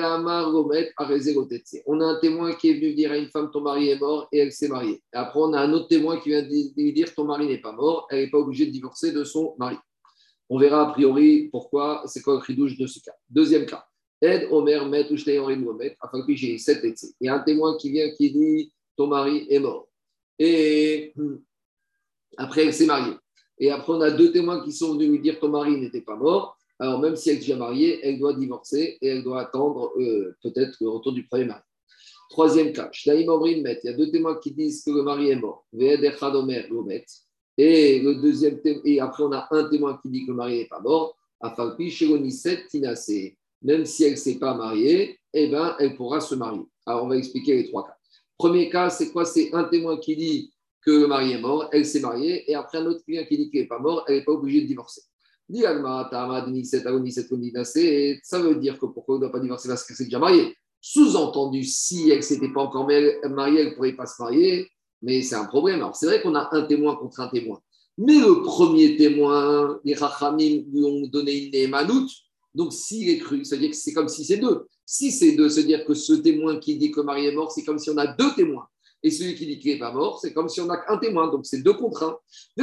un témoin qui est venu dire à une femme, ton mari est mort et elle s'est mariée. Et après, on a un autre témoin qui vient lui dire, ton mari n'est pas mort, elle n'est pas obligée de divorcer de son mari. On verra a priori pourquoi, c'est quoi le chidouche de ce cas. Deuxième cas. Ed Omer met Ushte Henri Mohamed, afin que j'ai sept et Il y a un témoin qui vient qui dit, ton mari est mort. Et après, elle s'est mariée. Et après, on a deux témoins qui sont venus lui dire, ton mari n'était pas mort. Alors, même si elle est déjà mariée, elle doit divorcer et elle doit attendre euh, peut-être le retour du premier mari. Troisième cas, Shnaim Omrim Met. Il y a deux témoins qui disent que le mari est mort. Ve'ed Echad Omer Lomet. Et le deuxième témoin, et après, on a un témoin qui dit que le mari n'est pas mort. Afalpi Sheloniset Tinase. Même si elle ne s'est pas mariée, eh ben, elle pourra se marier. Alors, on va expliquer les trois cas. Premier cas, c'est quoi? C'est un témoin qui dit que le mari est mort, elle s'est mariée, et après un autre client qui dit qu'il n'est pas mort, elle n'est pas obligée de divorcer. Ça veut dire que pourquoi elle ne doit pas divorcer parce qu'elle s'est déjà mariée. Sous-entendu, si elle ne s'était pas encore mariée, elle ne pourrait pas se marier, mais c'est un problème. Alors, c'est vrai qu'on a un témoin contre un témoin. Mais le premier témoin, les Rachamim lui ont donné une némanout. Donc, s'il est cru, c'est-à-dire que c'est comme si c'est deux. Si c'est deux, c'est-à-dire que ce témoin qui dit que le mari est mort, c'est comme si on a deux témoins. Et celui qui dit qu'il n'est pas mort, c'est comme si on n'a qu'un témoin. Donc, c'est deux contre un.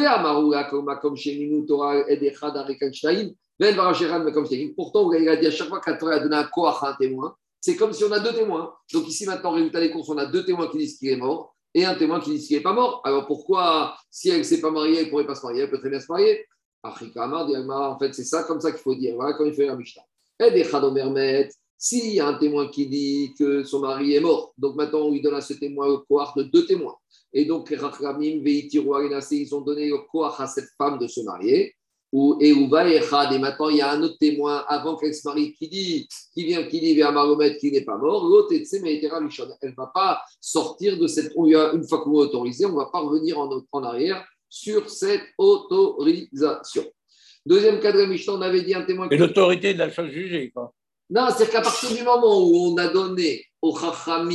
Pourtant, il a dit à chaque fois que la Torah a donné un koach à un témoin, c'est comme si on a deux témoins. Donc, ici, maintenant, résultat des courses, on a deux témoins qui disent qu'il est mort et un témoin qui dit qu'il n'est pas mort. Alors, pourquoi, si elle ne s'est pas mariée, elle ne pourrait pas se marier? Elle peut très bien se marier. En fait, c'est ça comme ça qu'il faut dire. Voilà comme il fait la Mishnah. S'il y a un témoin qui dit que son mari est mort, donc maintenant on lui donne à ce témoin le koach de deux témoins. Et donc les Rachamim, ils ont donné le koach à cette femme de se marier. Et maintenant il y a un autre témoin avant qu'elle se marie qui dit, qui vient, qui dit vers Mahomet qu'il n'est pas mort. L'autre, elle ne va pas sortir de cette. Une fois qu'on l'a autorisé, on ne va pas revenir en, en arrière sur cette autorisation. Deuxième cas de la Mishnah, on avait dit un témoin. Et l'autorité de la chose jugée, quoi. Non, c'est qu'à partir du moment où on a donné au Chachamim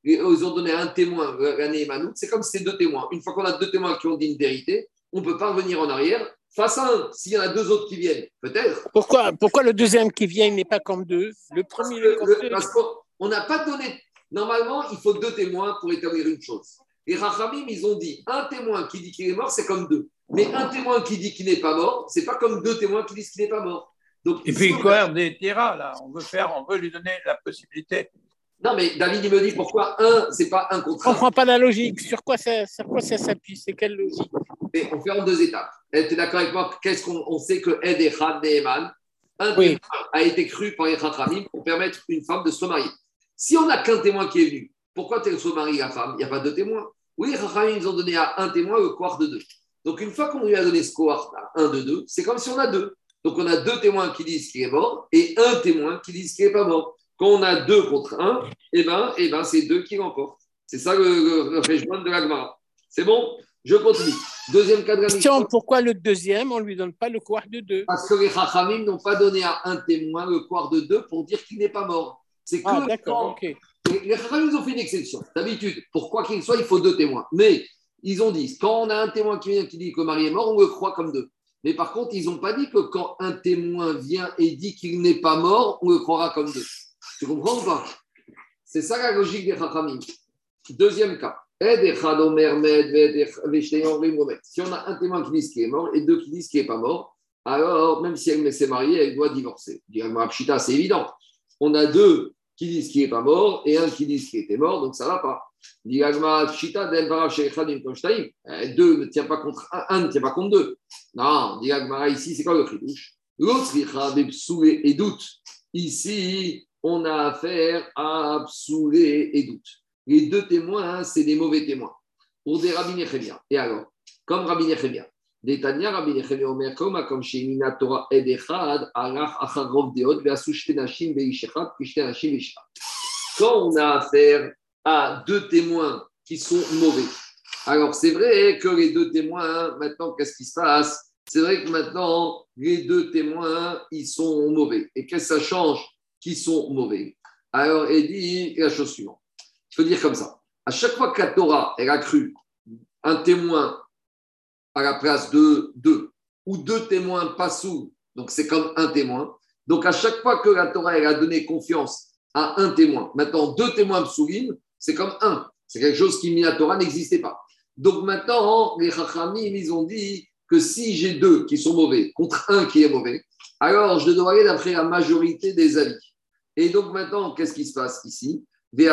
ils ont donné un témoin, l'année Emanout, c'est comme ces deux témoins. Une fois qu'on a deux témoins qui ont dit une vérité, on ne peut pas revenir en arrière face à un. S'il y en a deux autres qui viennent, peut-être. Pourquoi, pourquoi le deuxième qui vient n'est pas comme deux? Le premier est comme deux. Parce qu'on n'a pas donné. Normalement, il faut deux témoins pour établir une chose. Les Rachamim, ils ont dit un témoin qui dit qu'il est mort, c'est comme deux. Mais un témoin qui dit qu'il n'est pas mort, c'est pas comme deux témoins qui disent qu'il n'est pas mort. Donc, et puis, il a... des terrains, là. On veut faire, on veut lui donner la possibilité. Non, mais David, il me dit pourquoi un, c'est pas un contre un. On ne comprend pas la logique. Sur quoi ça, sur quoi ça s'appuie? C'est quelle logique? Mais on fait en deux étapes. Tu es d'accord avec moi? Qu'est-ce qu'on on sait que Ed Echad Neeman, un oui. témoin a été cru par les Chachamim pour permettre une femme de se marier. Si on n'a qu'un témoin qui est venu, pourquoi elle se marie la femme? Il n'y a pas deux témoins. Oui, les Chachamim, ils ont donné à un témoin le quart de deux. Donc, une fois qu'on lui a donné ce quart à un de deux, c'est comme si on a deux. Donc, on a deux témoins qui disent qu'il est mort et un témoin qui dit qu'il n'est pas mort. Quand on a deux contre un, eh ben, eh ben, c'est deux qui l'emportent. C'est ça le, le, le régiment de la Gemara. C'est bon? Je continue. Deuxième cas de la Mishnah. Pourquoi le deuxième, on ne lui donne pas le quart de deux? Parce que les Chachamim n'ont pas donné à un témoin le quart de deux pour dire qu'il n'est pas mort. C'est que ah, d'accord, quand... ok. Les Chachamim ont fait une exception. D'habitude, pour quoi qu'il soit, il faut deux témoins. Mais ils ont dit, quand on a un témoin qui vient qui dit que le mari est mort, on le croit comme deux. Mais par contre, ils n'ont pas dit que quand un témoin vient et dit qu'il n'est pas mort, on le croira comme deux. Tu comprends ou pas? C'est ça la logique des Chachamim. Deuxième cas. Si on a un témoin qui dit qu'il est mort et deux qui disent qu'il n'est pas mort, alors même si elle s'est mariée, elle doit divorcer. C'est évident. On a deux qui disent qu'il n'est pas mort et un qui dit qu'il était mort, donc ça ne va pas. Deux ne tient pas contre un, un ne tient pas contre deux. Non, ici, c'est quoi le chidouche? L'autre, et doute. Ici, on a affaire à psoulé et doute. Les deux témoins, c'est des mauvais témoins. Pour des Rabbi Nechemia. Et alors, comme Rabbi Nechemia, des Tania Rabbi Nechemia Omer Koma, comme chez Mina Torah Ed Echad, Arach Acharov Deot, Veasushte Nashim Beishechat, Kishte Nashim Beishechat. Quand on a affaire à deux témoins qui sont mauvais, alors c'est vrai que les deux témoins, maintenant, qu'est-ce qui se passe? C'est vrai que maintenant, les deux témoins, ils sont mauvais. Et qu'est-ce que ça change qu'ils sont mauvais? Alors, il dit la chose suivante. Je peux dire comme ça. À chaque fois que la Torah, elle a cru un témoin à la place de deux, ou deux témoins pas sous, donc c'est comme un témoin. Donc, à chaque fois que la Torah, elle a donné confiance à un témoin, maintenant, deux témoins psoulim, c'est comme un. C'est quelque chose qui, mis la Torah, n'existait pas. Donc, maintenant, les Chachamim, ils ont dit que si j'ai deux qui sont mauvais contre un qui est mauvais, alors je dois aller d'après la majorité des avis. Et donc, maintenant, qu'est-ce qui se passe ici?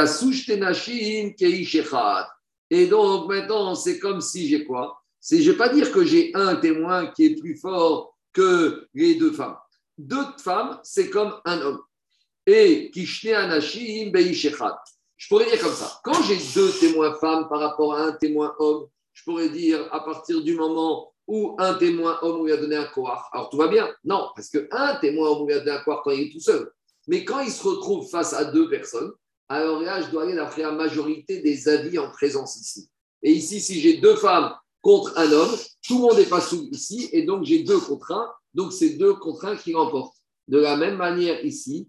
Et donc maintenant, c'est comme si j'ai quoi? C'est, je ne vais pas dire que j'ai un témoin qui est plus fort que les deux femmes. Deux femmes, c'est comme un homme. Et Kishne Anashim Beishechat. Je pourrais dire comme ça. Quand j'ai deux témoins femmes par rapport à un témoin homme, je pourrais dire à partir du moment où un témoin homme lui a donné un koach, alors tout va bien. Non, parce qu'un témoin homme lui a donné un koach quand il est tout seul. Mais quand il se retrouve face à deux personnes, alors là, je dois aller d'après la majorité des avis en présence ici. Et ici, si j'ai deux femmes contre un homme, tout le monde n'est pas sous ici, et donc j'ai deux contre un, donc c'est deux contre un qui remportent. De la même manière ici,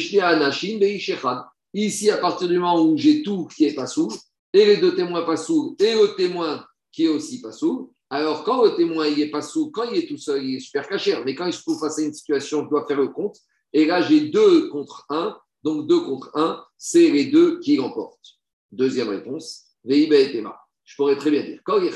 ici, à partir du moment où j'ai tout qui est pas sous, et les deux témoins pas sous, et le témoin qui est aussi pas sous, alors quand le témoin il est pas sous, quand il est tout seul, il est super caché, mais quand il se trouve face à une situation, je dois faire le compte, et là j'ai deux contre un. Donc, deux contre un, c'est les deux qui remportent. Deuxième réponse, Veiba et Tema. Je pourrais très bien dire,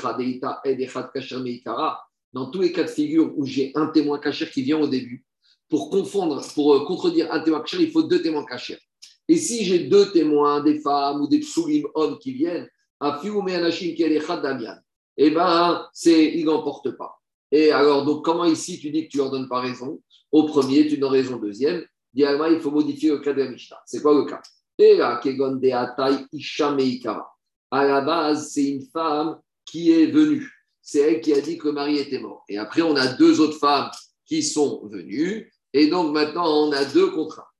dans tous les cas de figure où j'ai un témoin caché qui vient au début, pour confondre, pour contredire un témoin caché, il faut deux témoins cachés. Et si j'ai deux témoins, des femmes ou des psoulim hommes qui viennent, eh bien, ils n'emportent pas. Et alors, donc, comment ici tu dis que tu leur donnes pas raison? Au premier, tu donnes raison au deuxième. Il faut modifier le cas de la Mishnah. C'est quoi le cas? À la base, c'est une femme qui est venue. C'est elle qui a dit que le mari était mort. Et après, on a deux autres femmes qui sont venues. Et donc, maintenant, on a deux contre un.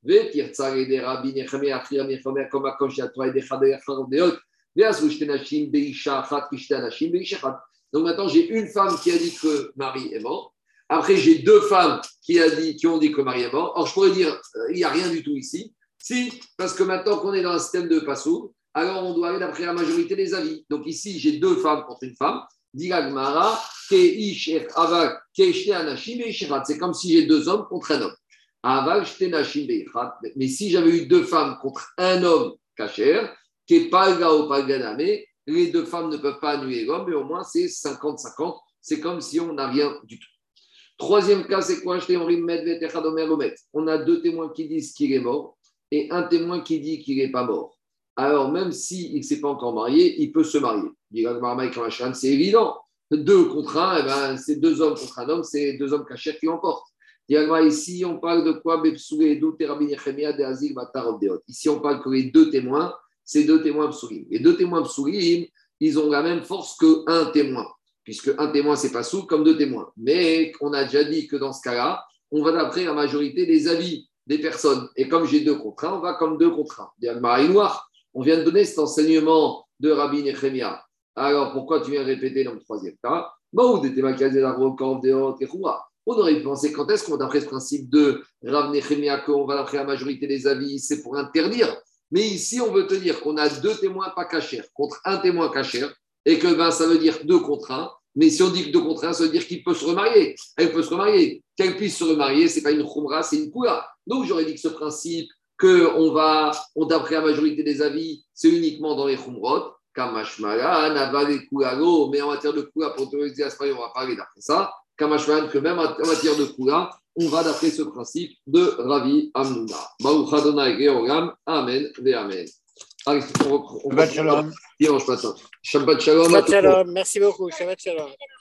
Donc, maintenant, j'ai une femme qui a dit que le mari est mort. Après, j'ai deux femmes qui, a dit, qui ont dit que le mari est mort. Or, je pourrais dire, il euh, n'y a rien du tout ici. Si, parce que maintenant qu'on est dans un système de Passou, alors on doit aller d'après la majorité des avis. Donc ici, j'ai deux femmes contre une femme. Dit la Gemara, c'est comme si j'ai deux hommes contre un homme. Mais si j'avais eu deux femmes contre un homme kacher, les deux femmes ne peuvent pas annuler l'homme, mais au moins c'est cinquante cinquante. C'est comme si on n'a rien du tout. Troisième cas, c'est quoi? On a deux témoins qui disent qu'il est mort et un témoin qui dit qu'il n'est pas mort. Alors, même s'il ne s'est pas encore marié, il peut se marier. C'est évident. Deux contre un, eh ben, c'est deux hommes contre un homme, c'est deux hommes cachers qui l'emportent. Ici, on parle de quoi? Ici, on parle que les deux témoins, c'est deux témoins psulim. Les deux témoins psulim, ils ont la même force qu'un témoin, puisque un témoin, c'est pas sous comme deux témoins. Mais on a déjà dit que dans ce cas-là, on va d'après la majorité des avis des personnes. Et comme j'ai deux contre un, on va comme deux contre un. Noir, on vient de donner cet enseignement de Rabbi Nechemia. Alors, pourquoi tu viens répéter dans le troisième cas? On aurait pu penser quand est-ce qu'on, d'après ce principe de Rav Nechemia, qu'on va d'après la majorité des avis, c'est pour interdire. Mais ici, on veut te dire qu'on a deux témoins pas cachers contre un témoin cacher et que ben, ça veut dire deux contre un. Mais si on dit que deux contre un, ça veut dire qu'il peut se remarier. Elle peut se remarier. Qu'elle puisse se remarier, ce n'est pas une khumra, c'est une kula. Donc, j'aurais dit que ce principe, qu'on va, on, d'après la majorité des avis, c'est uniquement dans les khumrot. Kamashmala, Navale Kulalo, mais en matière de kula, pour autoriser à se marier, on va parler d'après ça. Kamashmalan, que même en matière de kula, on va d'après ce principe de Ravi Amnuna. Baruch Adonai Georgam, Amen, ve Amen. Allez, on reprend. Shabbat shalom. Dimanche matin. Shabbat shalom. Shabbat shalom. Merci beaucoup. Shabbat shalom.